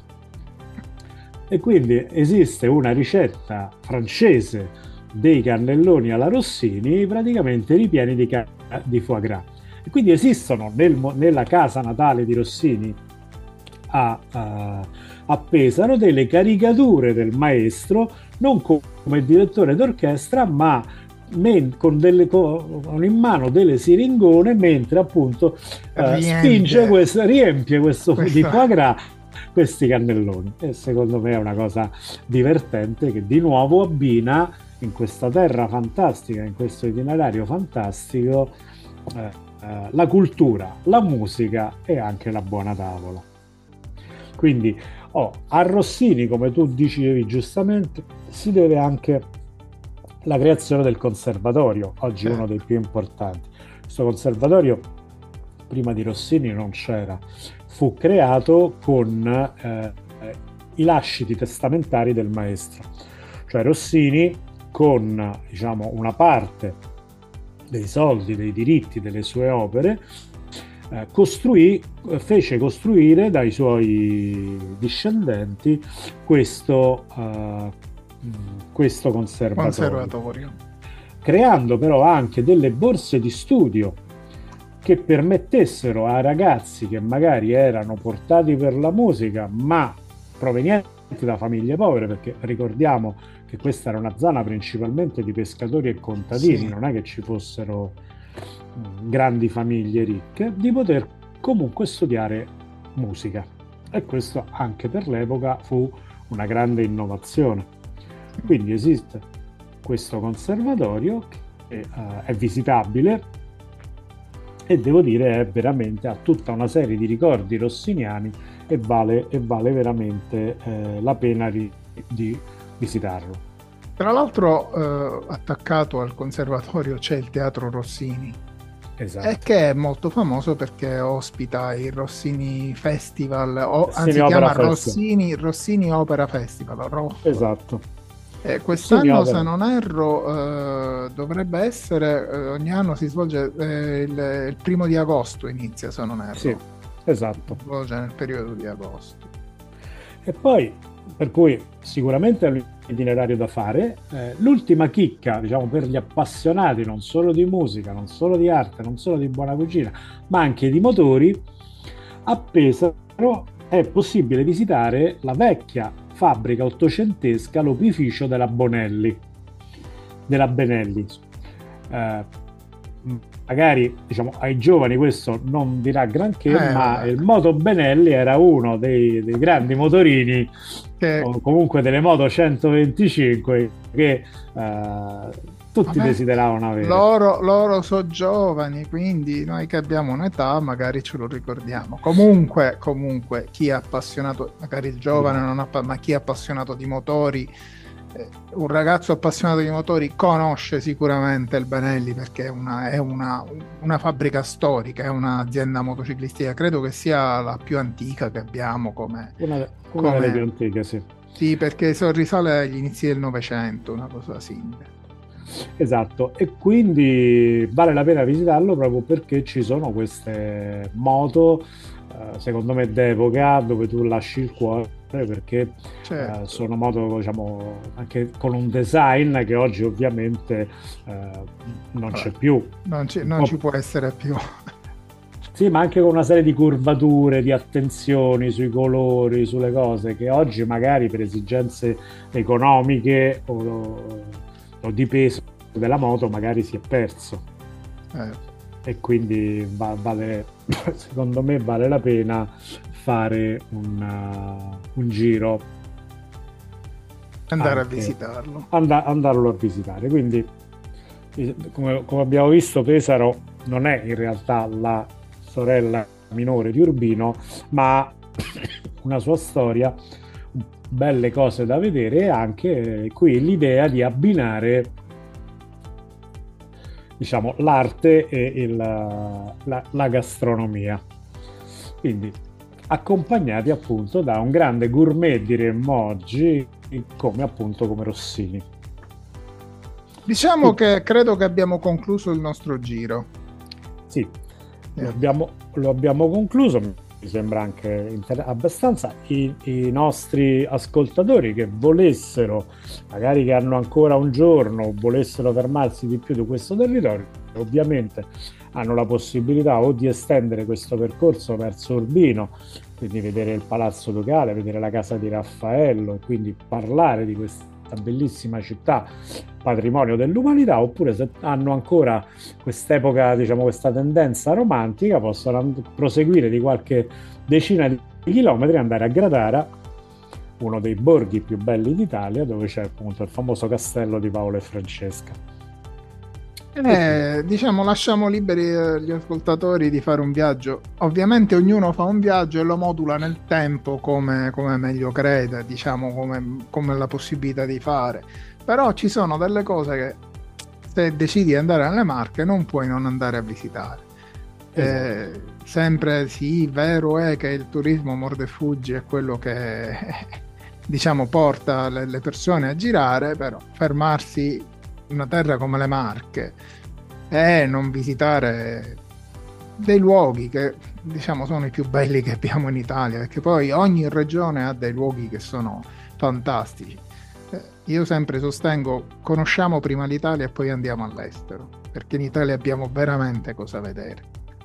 E quindi esiste una ricetta francese dei cannelloni alla Rossini praticamente ripieni di, ca- di foie gras. E quindi esistono nel, nella casa natale di Rossini a, a, a Pesaro delle caricature del maestro, non come direttore d'orchestra, ma men- con, delle, con in mano delle siringone, mentre appunto eh, spinge questo, riempie questo Questa... di foie gras questi cannelloni. E secondo me è una cosa divertente che di nuovo abbina in questa terra fantastica, in questo itinerario fantastico, eh, eh, la cultura, la musica e anche la buona tavola. Quindi oh, a Rossini, come tu dicevi giustamente, si deve anche la creazione del conservatorio, oggi uno dei più importanti. Questo conservatorio prima di Rossini non c'era, fu creato con eh, i lasciti testamentari del maestro. Cioè Rossini, con diciamo una parte dei soldi, dei diritti delle sue opere, eh, costruì, fece costruire dai suoi discendenti questo, eh, questo conservatorio. conservatorio, creando però anche delle borse di studio che permettessero a ragazzi che magari erano portati per la musica ma provenienti da famiglie povere, perché ricordiamo che questa era una zona principalmente di pescatori e contadini, sì. non è che ci fossero mh, grandi famiglie ricche, di poter comunque studiare musica. E questo anche per l'epoca fu una grande innovazione. Quindi esiste questo conservatorio che uh, è visitabile, e devo dire è veramente, ha tutta una serie di ricordi rossiniani e vale, e vale veramente eh, la pena di, di visitarlo. Tra l'altro eh, attaccato al conservatorio c'è il Teatro Rossini, esatto. e che è molto famoso perché ospita il Rossini Festival, o Rossini anzi si Opera chiama Festival. Rossini, Rossini Opera Festival, R O F. Esatto. Eh, quest'anno, Rossini se non erro, eh, dovrebbe essere, eh, ogni anno si svolge eh, il, il primo di agosto, inizia, se non erro. Sì, esatto. Si svolge nel periodo di agosto. E poi, per cui sicuramente è un itinerario da fare. Eh, l'ultima chicca, diciamo, per gli appassionati non solo di musica, non solo di arte, non solo di buona cucina, ma anche di motori, a Pesaro è possibile visitare la vecchia fabbrica ottocentesca, l'opificio della Bonelli, della Benelli. Eh, magari diciamo ai giovani questo non dirà granché, Eh, ma vabbè. il Moto Benelli era uno dei, dei grandi motorini, Che, o comunque delle moto centoventicinque che eh, tutti vabbè, desideravano avere. loro, loro sono giovani, quindi noi che abbiamo un'età magari ce lo ricordiamo. Comunque, comunque chi è appassionato, magari il giovane non ha, ma chi è appassionato di motori, eh, un ragazzo appassionato di motori conosce sicuramente il Benelli, perché è una, è una, una fabbrica storica, è un'azienda motociclistica, credo che sia la più antica che abbiamo come... Una, una come- delle più antiche, sì. Sì, perché so- risale agli inizi del Novecento, una cosa simile. Esatto, e quindi vale la pena visitarlo proprio perché ci sono queste moto, eh, secondo me d'epoca, dove tu lasci il cuore, perché Certo. eh, sono moto, diciamo, anche con un design che oggi ovviamente eh, non c'è più. Non ci, Un non po'- ci può essere più. Sì, ma anche con una serie di curvature, di attenzioni sui colori, sulle cose che oggi magari per esigenze economiche o, o di peso della moto magari si è perso. Eh, E quindi va- vale, secondo me vale la pena fare un, uh, un giro, andare Anche. a visitarlo. and- andarlo a visitare. Quindi, eh, come, come abbiamo visto, Pesaro non è in realtà la sorella minore di Urbino, ma ha una sua storia, belle cose da vedere, e anche eh, qui l'idea di abbinare, diciamo, l'arte e il, la, la gastronomia. Quindi accompagnati appunto da un grande gourmet, diremmo oggi, come appunto come Rossini. Diciamo che credo che abbiamo concluso il nostro giro. Sì, Eh. lo abbiamo, lo abbiamo concluso, mi sembra anche inter- abbastanza. I, I nostri ascoltatori che volessero, magari che hanno ancora un giorno, volessero fermarsi di più di questo territorio, ovviamente hanno la possibilità o di estendere questo percorso verso Urbino, quindi vedere il Palazzo Ducale, vedere la casa di Raffaello e quindi parlare di questa bellissima città, patrimonio dell'umanità, oppure se hanno ancora quest'epoca, diciamo, questa tendenza romantica, possono and- proseguire di qualche decina di chilometri e andare a Gratara, uno dei borghi più belli d'Italia, dove c'è appunto il famoso castello di Paolo e Francesca. Eh, diciamo, lasciamo liberi eh, gli ascoltatori di fare un viaggio. Ovviamente ognuno fa un viaggio e lo modula nel tempo come, come meglio crede, diciamo, come, come la possibilità di fare. Però ci sono delle cose che se decidi di andare nelle Marche non puoi non andare a visitare. Eh, sempre sì, vero è che il turismo morde e fuggi è quello che diciamo, porta le, le persone a girare, però fermarsi in una terra come le Marche e non visitare dei luoghi che, diciamo, sono i più belli che abbiamo in Italia, perché poi ogni regione ha dei luoghi che sono fantastici. Eh, io sempre sostengo, conosciamo prima l'Italia e poi andiamo all'estero, perché in Italia abbiamo veramente cosa vedere.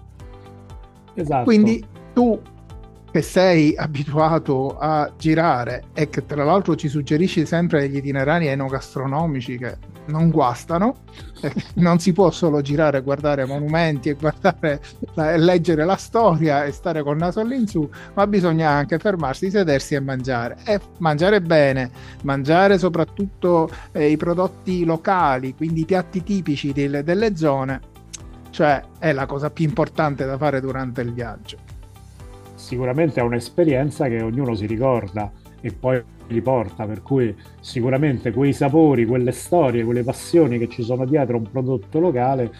Esatto. Quindi tu, che sei abituato a girare e che tra l'altro ci suggerisci sempre degli itinerari enogastronomici che non guastano, non si può solo girare, guardare monumenti e guardare e leggere la storia e stare col naso all'insù, ma bisogna anche fermarsi, sedersi e mangiare, e mangiare bene, mangiare soprattutto eh, i prodotti locali, quindi i piatti tipici delle, delle zone, cioè è la cosa più importante da fare durante il viaggio. Sicuramente è un'esperienza che ognuno si ricorda e poi li porta, per cui sicuramente quei sapori, quelle storie, quelle passioni che ci sono dietro un prodotto locale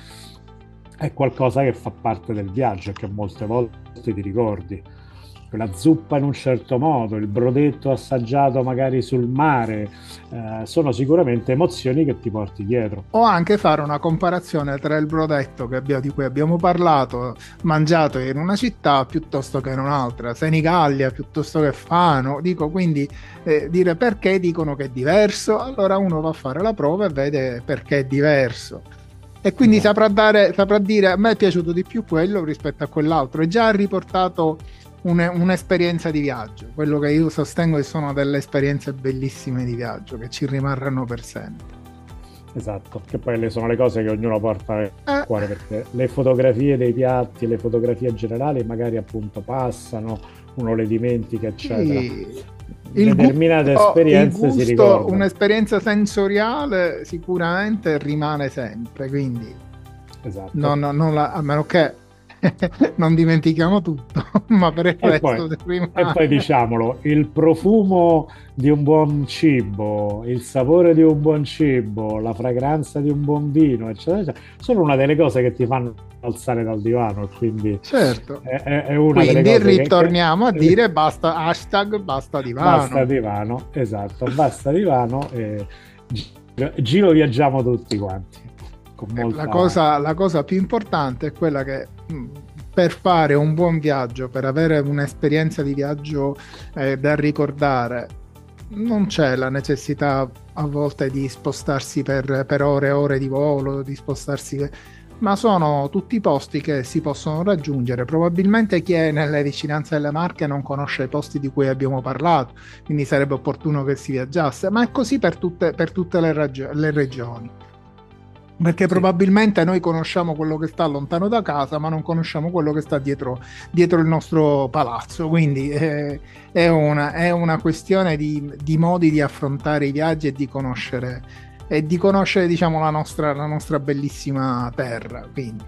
è qualcosa che fa parte del viaggio e che molte volte ti ricordi. La zuppa in un certo modo, il brodetto assaggiato magari sul mare, eh, sono sicuramente emozioni che ti porti dietro. O anche fare una comparazione tra il brodetto che abbiamo, di cui abbiamo parlato, mangiato in una città piuttosto che in un'altra, Senigallia piuttosto che Fano, dico, quindi eh, dire perché dicono che è diverso, allora uno va a fare la prova e vede perché è diverso. E quindi no. saprà, dare, saprà dire a me è piaciuto di più quello rispetto a quell'altro, e già ha riportato un'esperienza di viaggio, quello che io sostengo che sono delle esperienze bellissime di viaggio che ci rimarranno per sempre. Esatto, che poi le sono le cose che ognuno porta a cuore, perché le fotografie dei piatti, le fotografie generali magari appunto passano, uno le dimentica eccetera. Sì. Il determinate gusto, esperienze il gusto, si ricordano. Un'esperienza sensoriale sicuramente rimane sempre, quindi esatto. non, non la, a meno che non dimentichiamo tutto, ma per il e resto poi, e poi diciamolo, il profumo di un buon cibo, il sapore di un buon cibo, la fragranza di un buon vino, eccetera, eccetera, sono una delle cose che ti fanno alzare dal divano, quindi certo. è, è una quindi delle cose ritorniamo che, a dire basta, hashtag basta divano. Basta divano, esatto, basta divano e giro, giro viaggiamo tutti quanti. Molta... La, cosa, la cosa più importante è quella che mh, per fare un buon viaggio, per avere un'esperienza di viaggio eh, da ricordare, non c'è la necessità a volte di spostarsi per, per ore e ore di volo, di spostarsi, ma sono tutti posti che si possono raggiungere. Probabilmente chi è nelle vicinanze delle Marche non conosce i posti di cui abbiamo parlato, quindi sarebbe opportuno che si viaggiasse, ma è così per tutte, per tutte le, raggi- le regioni. Perché sì. Probabilmente noi conosciamo quello che sta lontano da casa, ma non conosciamo quello che sta dietro, dietro il nostro palazzo. Quindi eh, è, una, è una questione di, di modi di affrontare i viaggi e di conoscere, e di conoscere diciamo, la nostra, la nostra bellissima terra. Quindi.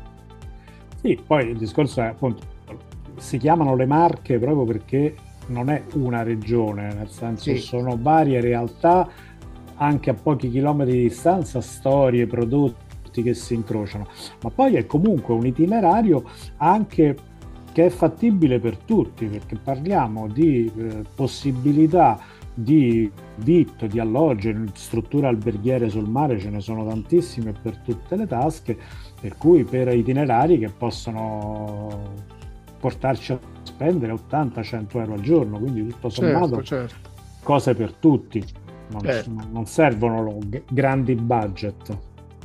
Sì, poi il discorso è appunto, si chiamano le Marche proprio perché non è una regione, nel senso sì. sono varie realtà anche a pochi chilometri di distanza, storie, prodotti che si incrociano, ma poi è comunque un itinerario anche che è fattibile per tutti, perché parliamo di eh, possibilità di vitto, di alloggio, in strutture alberghiere sul mare ce ne sono tantissime per tutte le tasche, per cui per itinerari che possono portarci a spendere ottanta cento euro al giorno, quindi tutto sommato certo, certo. cose per tutti. Non, certo. non servono grandi budget.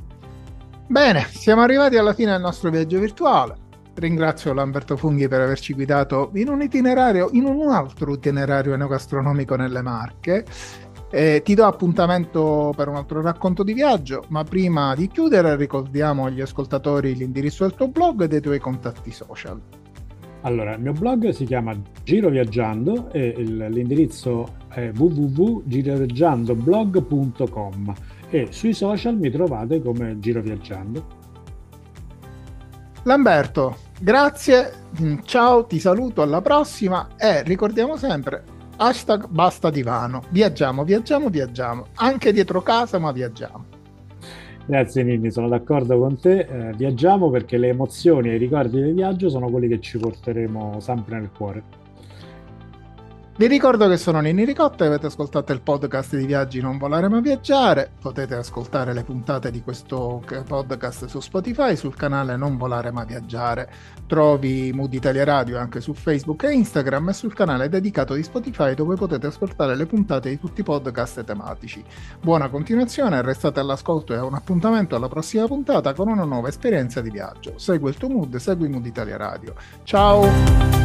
Bene, siamo arrivati alla fine del nostro viaggio virtuale. Ringrazio Lamberto Funghi per averci guidato in un itinerario, in un altro itinerario enogastronomico nelle Marche. Eh, ti do appuntamento per un altro racconto di viaggio, ma prima di chiudere ricordiamo agli ascoltatori l'indirizzo del tuo blog e dei tuoi contatti social. Allora, il mio blog si chiama Giro Viaggiando e il, l'indirizzo è w w w punto giroviaggiandoblog punto com e sui social mi trovate come Giro Viaggiando. Lamberto, grazie, ciao, ti saluto, alla prossima e ricordiamo sempre hashtag basta divano, viaggiamo, viaggiamo, viaggiamo, anche dietro casa ma viaggiamo. Grazie Ninni, sono d'accordo con te, eh, viaggiamo perché le emozioni e i ricordi del viaggio sono quelli che ci porteremo sempre nel cuore. Vi ricordo che sono Ninni Ricotta e avete ascoltato il podcast di Viaggi Non Volare Ma Viaggiare. Potete ascoltare le puntate di questo podcast su Spotify, sul canale Non Volare Ma Viaggiare. Trovi Mood Italia Radio anche su Facebook e Instagram e sul canale dedicato di Spotify, dove potete ascoltare le puntate di tutti i podcast tematici. Buona continuazione, restate all'ascolto e a un appuntamento alla prossima puntata con una nuova esperienza di viaggio. Segui il tuo mood, segui Mood Italia Radio. Ciao!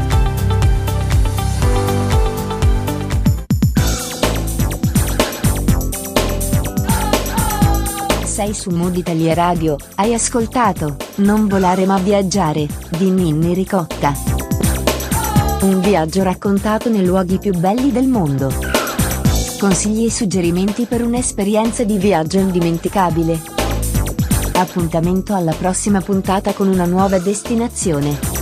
Sei su Mood Italia Radio, hai ascoltato Non volare ma viaggiare, di Ninni Ricotta. Un viaggio raccontato nei luoghi più belli del mondo. Consigli e suggerimenti per un'esperienza di viaggio indimenticabile. Appuntamento alla prossima puntata con una nuova destinazione.